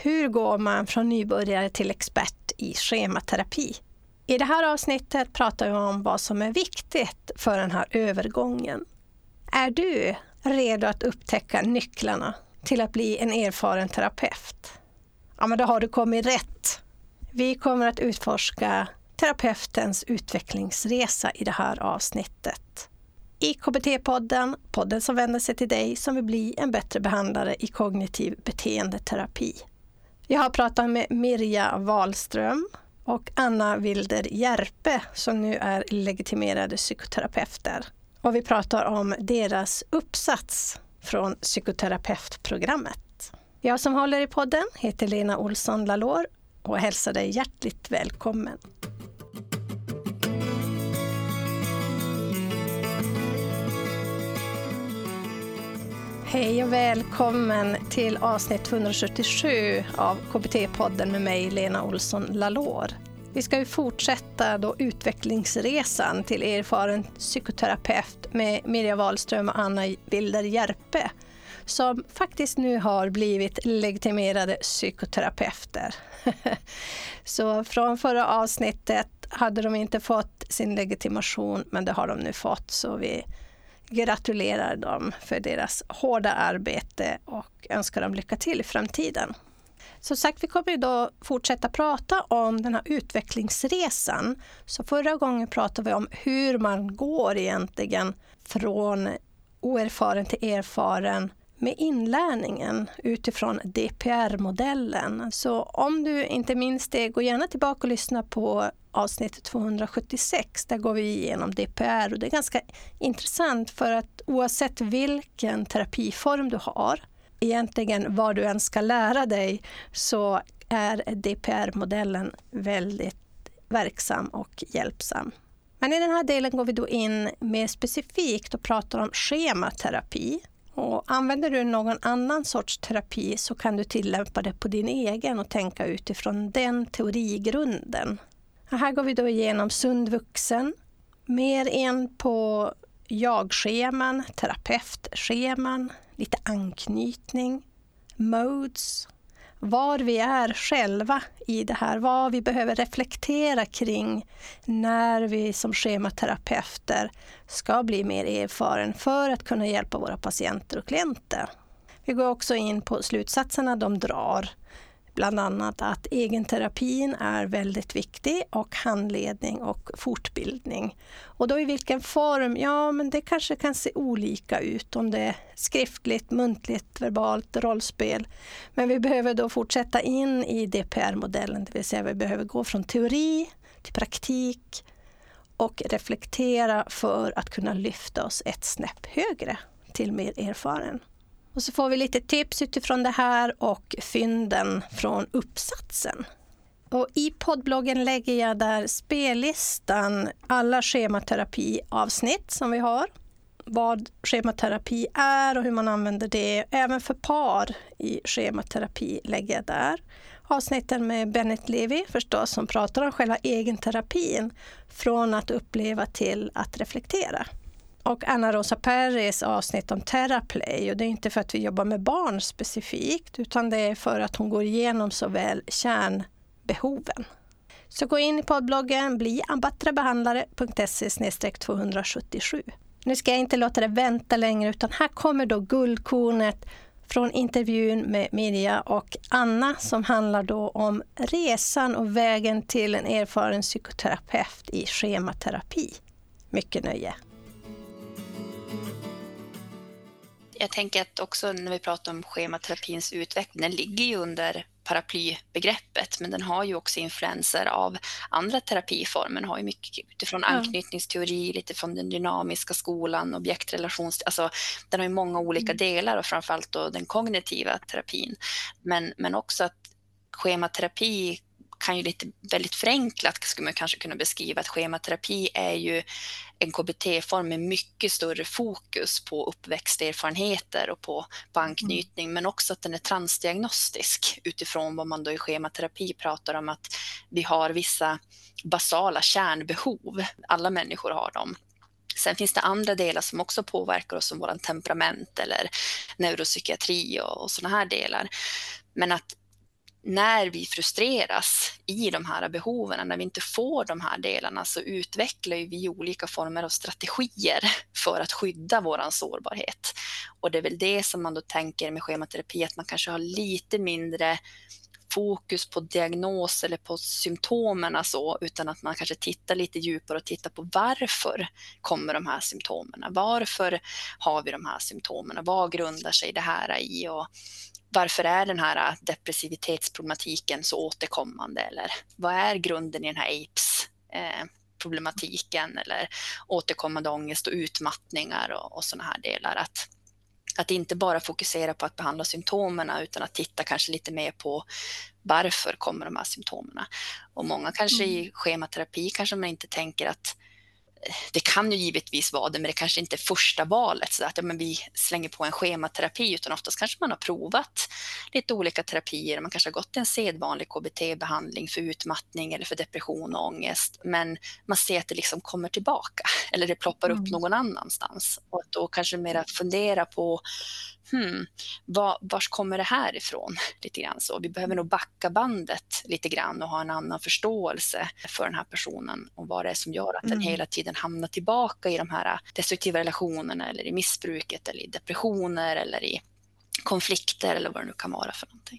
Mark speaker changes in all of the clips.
Speaker 1: Hur går man från nybörjare till expert i schematerapi? I det här avsnittet pratar vi om vad som är viktigt för den här övergången. Är du redo att upptäcka nycklarna till att bli en erfaren terapeut? Ja, men då har du kommit rätt. Vi kommer att utforska terapeutens utvecklingsresa i det här avsnittet. I KBT-podden, podden som vänder sig till dig som vill bli en bättre behandlare i kognitiv beteendeterapi. Jag har pratat med Mirja Wahlström och Anna Wilder Järpe som nu är legitimerade psykoterapeuter. Och vi pratar om deras uppsats från psykoterapeutprogrammet. Jag som håller i podden heter Lena Olsson Lalor och hälsar dig hjärtligt välkommen. Hej och välkommen till avsnitt 277 av KBT-podden med mig Lena Olsson Lalor. Vi ska ju fortsätta då utvecklingsresan till erfaren psykoterapeut med Mirja Wahlström och Anna Wilder Järpe som faktiskt nu har blivit legitimerade psykoterapeuter. Så från förra avsnittet hade de inte fått sin legitimation, men det har de nu fått, så vi gratulerar dem för deras hårda arbete och önskar dem lycka till i framtiden. Som sagt, vi kommer ju då fortsätta prata om den här utvecklingsresan. Så förra gången pratade vi om hur man går egentligen från oerfaren till erfaren med inlärningen utifrån DPR-modellen. Så om du inte minns det, gå gärna tillbaka och lyssna på avsnitt 276. Där går vi igenom DPR och det är ganska intressant för att oavsett vilken terapiform du har, egentligen vad du än ska lära dig, så är DPR-modellen väldigt verksam och hjälpsam. Men i den här delen går vi då in mer specifikt och pratar om schematerapi. Och använder du någon annan sorts terapi så kan du tillämpa det på din egen och tänka utifrån den teorigrunden. Här går vi då igenom sund vuxen, mer in på jag-scheman, terapeutscheman, lite anknytning, modes, var vi är själva i det här, vad vi behöver reflektera kring när vi som schematerapeuter ska bli mer erfaren för att kunna hjälpa våra patienter och klienter. Vi går också in på slutsatserna de drar. Bland annat att egenterapin är väldigt viktig och handledning och fortbildning. Och då i vilken form? Ja, men det kanske kan se olika ut om det är skriftligt, muntligt, verbalt, rollspel. Men vi behöver då fortsätta in i DPR-modellen, det vill säga vi behöver gå från teori till praktik och reflektera för att kunna lyfta oss ett snäpp högre till mer erfaren. Och så får vi lite tips utifrån det här och fynden från uppsatsen. Och i poddbloggen lägger jag där spellistan alla schematerapiavsnitt som vi har. Vad schematerapi är och hur man använder det. Även för par i schematerapi lägger jag där. Avsnitten med Bennett Levy förstås som pratar om själva egenterapin från att uppleva till att reflektera. Och Anna Rosa Perris avsnitt om Theraplay, och det är inte för att vi jobbar med barn specifikt utan det är för att hon går igenom såväl kärnbehoven. Så gå in i poddbloggen bliambatrabehandlare.se/277. Nu ska jag inte låta det vänta längre utan här kommer då guldkornet från intervjun med Mirja och Anna som handlar då om resan och vägen till en erfaren psykoterapeut i schematerapi. Mycket nöje.
Speaker 2: Jag tänker att också när vi pratar om schematerapins utveckling, den ligger ju under paraplybegreppet, men den har ju också influenser av andra terapiformer. Den har ju mycket utifrån anknytningsteori, lite från den dynamiska skolan, objektrelations, alltså den har ju många olika delar och framförallt då den kognitiva terapin. Men också att schematerapi kan ju lite väldigt förenklat skulle man kanske kunna beskriva att schematerapi är ju en KBT-form med mycket större fokus på uppväxterfarenheter och på anknytning, men också att den är transdiagnostisk utifrån vad man då i schematerapi pratar om att vi har vissa basala kärnbehov. Alla människor har dem. Sen finns det andra delar som också påverkar oss som våran temperament eller neuropsykiatri och såna här delar. Men att när vi frustreras i de här behoven, när vi inte får de här delarna, så utvecklar ju vi olika former av strategier för att skydda våran sårbarhet. Och det är väl det som man då tänker med schematerapi, att man kanske har lite mindre fokus på diagnos eller på symptomen så, utan att man kanske tittar lite djupare och tittar på varför kommer de här symptomen? Varför har vi de här symptomen? Vad grundar sig det här i? Och varför är den här depressivitetsproblematiken så återkommande? Eller vad är grunden i den här AIDS-problematiken? Eller återkommande ångest och utmattningar och sådana här delar. Att inte bara fokusera på att behandla symptomen, utan att titta kanske lite mer på varför kommer de här symptomen. Och många kanske i schematerapi kanske man inte tänker att det kan ju givetvis vara det, men det kanske inte är första valet, så att vi slänger på en schematerapi, utan oftast kanske man har provat lite olika terapier. Man kanske har gått en sedvanlig KBT-behandling för utmattning eller för depression och ångest, men man ser att det liksom kommer tillbaka eller det ploppar upp någon annanstans. Och då kanske mer fundera på vars kommer det här ifrån? Lite grann så. Vi behöver nog backa bandet lite grann och ha en annan förståelse för den här personen och vad det är som gör att den hela tiden hamnar tillbaka i de här destruktiva relationerna eller i missbruket eller i depressioner eller i konflikter eller vad det nu kan vara för någonting.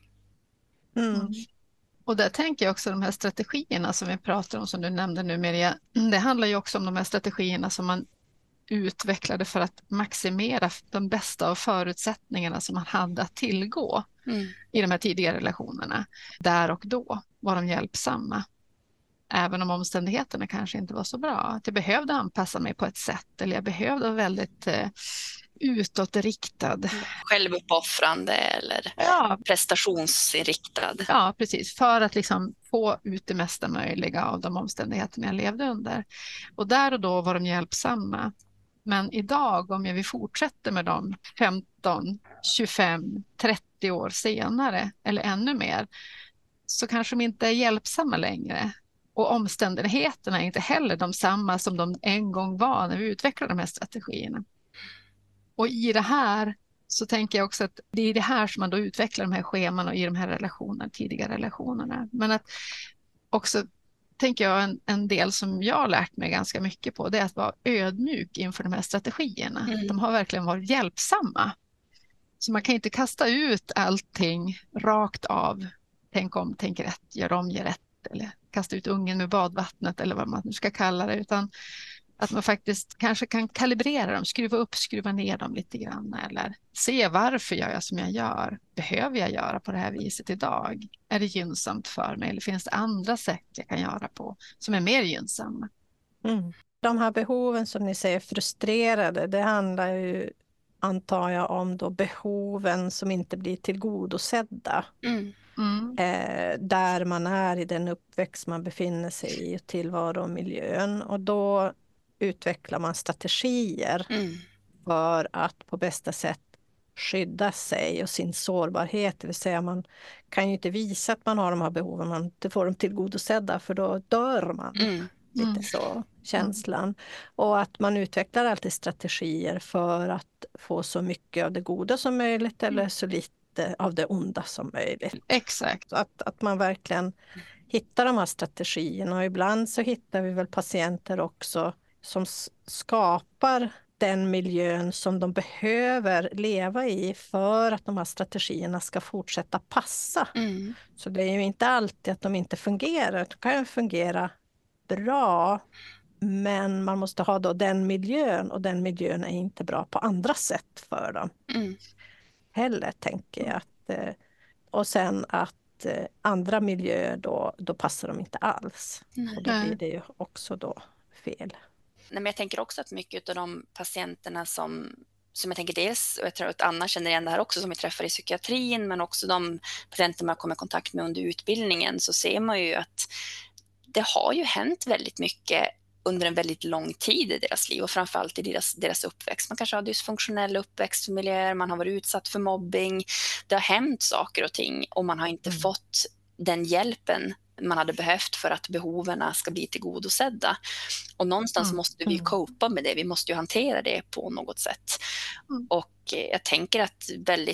Speaker 3: Och där tänker jag också de här strategierna som vi pratar om, som du nämnde nu, Mirja. Det handlar ju också om de här strategierna som man utvecklade för att maximera de bästa av förutsättningarna som man hade att tillgå i de här tidigare relationerna. Där och då var de hjälpsamma. Även om omständigheterna kanske inte var så bra. Att jag behövde anpassa mig på ett sätt, eller jag behövde vara väldigt utåtriktad.
Speaker 2: Självuppoffrande eller prestationsinriktad.
Speaker 3: Ja, precis. För att liksom få ut det mesta möjliga av de omständigheterna jag levde under. Och där och då var de hjälpsamma. Men idag, om vi fortsätter med dem 15, 25, 30 år senare eller ännu mer, så kanske de inte är hjälpsamma längre. Och omständigheterna är inte heller de samma som de en gång var när vi utvecklade de här strategierna. Och i det här så tänker jag också att det är det här som man då utvecklar de här scheman och i de här relationerna, tidiga relationerna. Men att också tänker jag en del som jag har lärt mig ganska mycket på, det är att vara ödmjuk inför de här strategierna. De har verkligen varit hjälpsamma. Så man kan inte kasta ut allting rakt av. Tänk om, tänk rätt, gör om, gör rätt. Eller kasta ut ungen med badvattnet eller vad man nu ska kalla det. Utan att man faktiskt kanske kan kalibrera dem, skruva upp, skruva ner dem lite grann. Eller se varför gör jag som jag gör. Behöver jag göra på det här viset idag? Är det gynnsamt för mig? Eller finns det andra sätt jag kan göra på som är mer gynnsamma?
Speaker 1: De här behoven som ni säger frustrerade, det handlar ju, antar jag, om då behoven som inte blir tillgodosedda. Där man är i den uppväxt man befinner sig i, tillvaro och miljön. Och då utvecklar man strategier för att på bästa sätt skydda sig och sin sårbarhet. Det vill säga man kan ju inte visa att man har de här behoven, man inte får dem tillgodosedda, för då dör man. Lite så känslan. Och att man utvecklar alltid strategier för att få så mycket av det goda som möjligt eller så lite av det onda som möjligt.
Speaker 3: Exakt.
Speaker 1: Att man verkligen hittar de här strategierna. Och ibland så hittar vi väl patienter också som skapar den miljön som de behöver leva i för att de här strategierna ska fortsätta passa. Så det är ju inte alltid att de inte fungerar. De kan ju fungera bra, men man måste ha då den miljön, och den miljön är inte bra på andra sätt för dem. Heller, tänker jag. Och sen att andra miljöer då passar de inte alls. Och då blir det ju också då fel.
Speaker 2: Men jag tänker också att mycket av de patienterna som jag tänker dels, och jag tror att Anna känner igen det här också, som vi träffar i psykiatrin, men också de patienter man kommer i kontakt med under utbildningen, så ser man ju att det har ju hänt väldigt mycket under en väldigt lång tid i deras liv, och framförallt i deras uppväxt. Man kanske har dysfunktionella uppväxtmiljöer, man har varit utsatt för mobbing, det har hänt saker och ting, och man har inte fått den hjälpen man hade behövt för att behoven ska bli tillgodosedda. Och någonstans måste vi copa med det, vi måste ju hantera det på något sätt. Och jag tänker att väldigt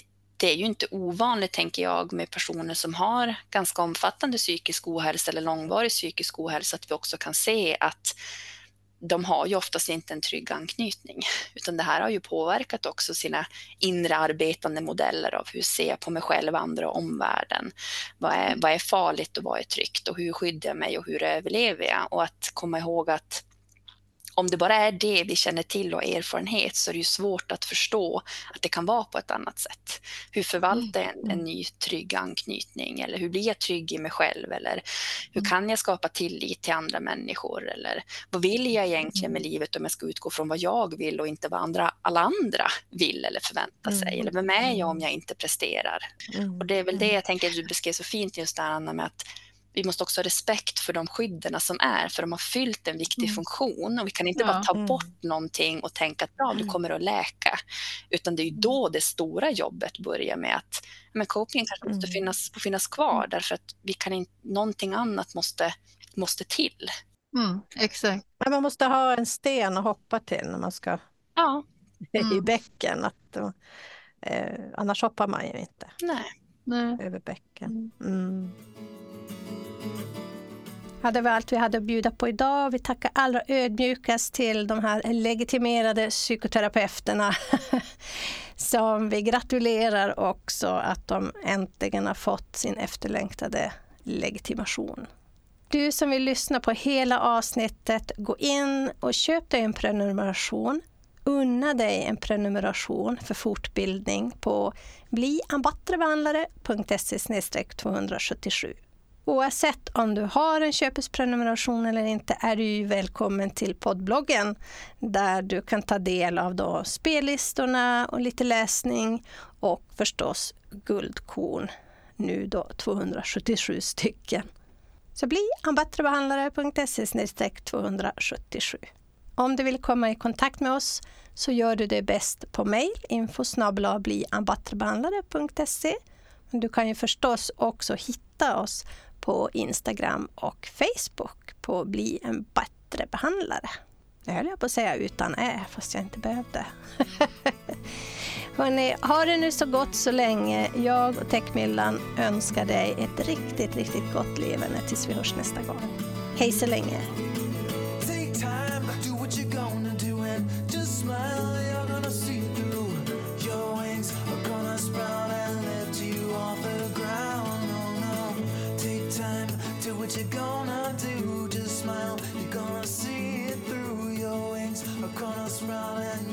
Speaker 2: det är ju inte ovanligt, tänker jag, med personer som har ganska omfattande psykisk ohälsa eller långvarig psykisk ohälsa, att vi också kan se att de har ju oftast inte en trygg anknytning, utan det här har ju påverkat också sina inre arbetande modeller av hur ser jag på mig själv, andra och omvärlden. Vad är farligt och vad är tryggt och hur skyddar jag mig och hur överlever jag? Och att komma ihåg att om det bara är det vi känner till och erfarenhet, så är det ju svårt att förstå att det kan vara på ett annat sätt. Hur förvaltar jag en ny trygg anknytning? Eller hur blir jag trygg i mig själv? Eller hur kan jag skapa tillit till andra människor? Eller vad vill jag egentligen med livet om jag ska utgå från vad jag vill och inte vad alla andra vill eller förväntar sig? Eller vem är jag om jag inte presterar? Och det är väl det jag tänker att du beskrev så fint just där, Anna, med att vi måste också ha respekt för de skydderna som är, för de har fyllt en viktig funktion, och vi kan inte bara ta bort någonting och tänka att du kommer att läka, utan det är ju då det stora jobbet börjar med att copingen kanske måste finnas kvar, därför att vi kan inte, någonting annat måste till.
Speaker 3: Exakt.
Speaker 1: Man måste ha en sten att hoppa till när man ska i bäcken, annars hoppar man ju inte.
Speaker 2: Nej.
Speaker 1: Över bäcken. Ja, det var allt vi hade att bjuda på idag. Vi tackar allra ödmjukast till de här legitimerade psykoterapeuterna som vi gratulerar också att de äntligen har fått sin efterlängtade legitimation. Du som vill lyssna på hela avsnittet, gå in och köp dig en prenumeration. Unna dig en prenumeration för fortbildning på bliambattrebehandlare.se/277. Oavsett om du har en köpesprenumeration eller inte, är du ju välkommen till poddbloggen, där du kan ta del av då spellistorna och lite läsning och förstås guldkorn, nu då 277 stycken. Så bliambattrebehandlare.se/277. Om du vill komma i kontakt med oss så gör du det bäst på mejl, info@bliambattrebehandlare.se. Men du kan ju förstås också hitta oss på Instagram och Facebook på Bli en bättre behandlare. Jag höll på att säga utan fast jag inte behövde. Hörrni, ha det nu så gott så länge. Jag och Techmillan önskar dig ett riktigt, riktigt gott leverne tills vi hörs nästa gång. Hej så länge!
Speaker 4: What you gonna do? Just smile. You're gonna see it through. Your wings are gonna sprout and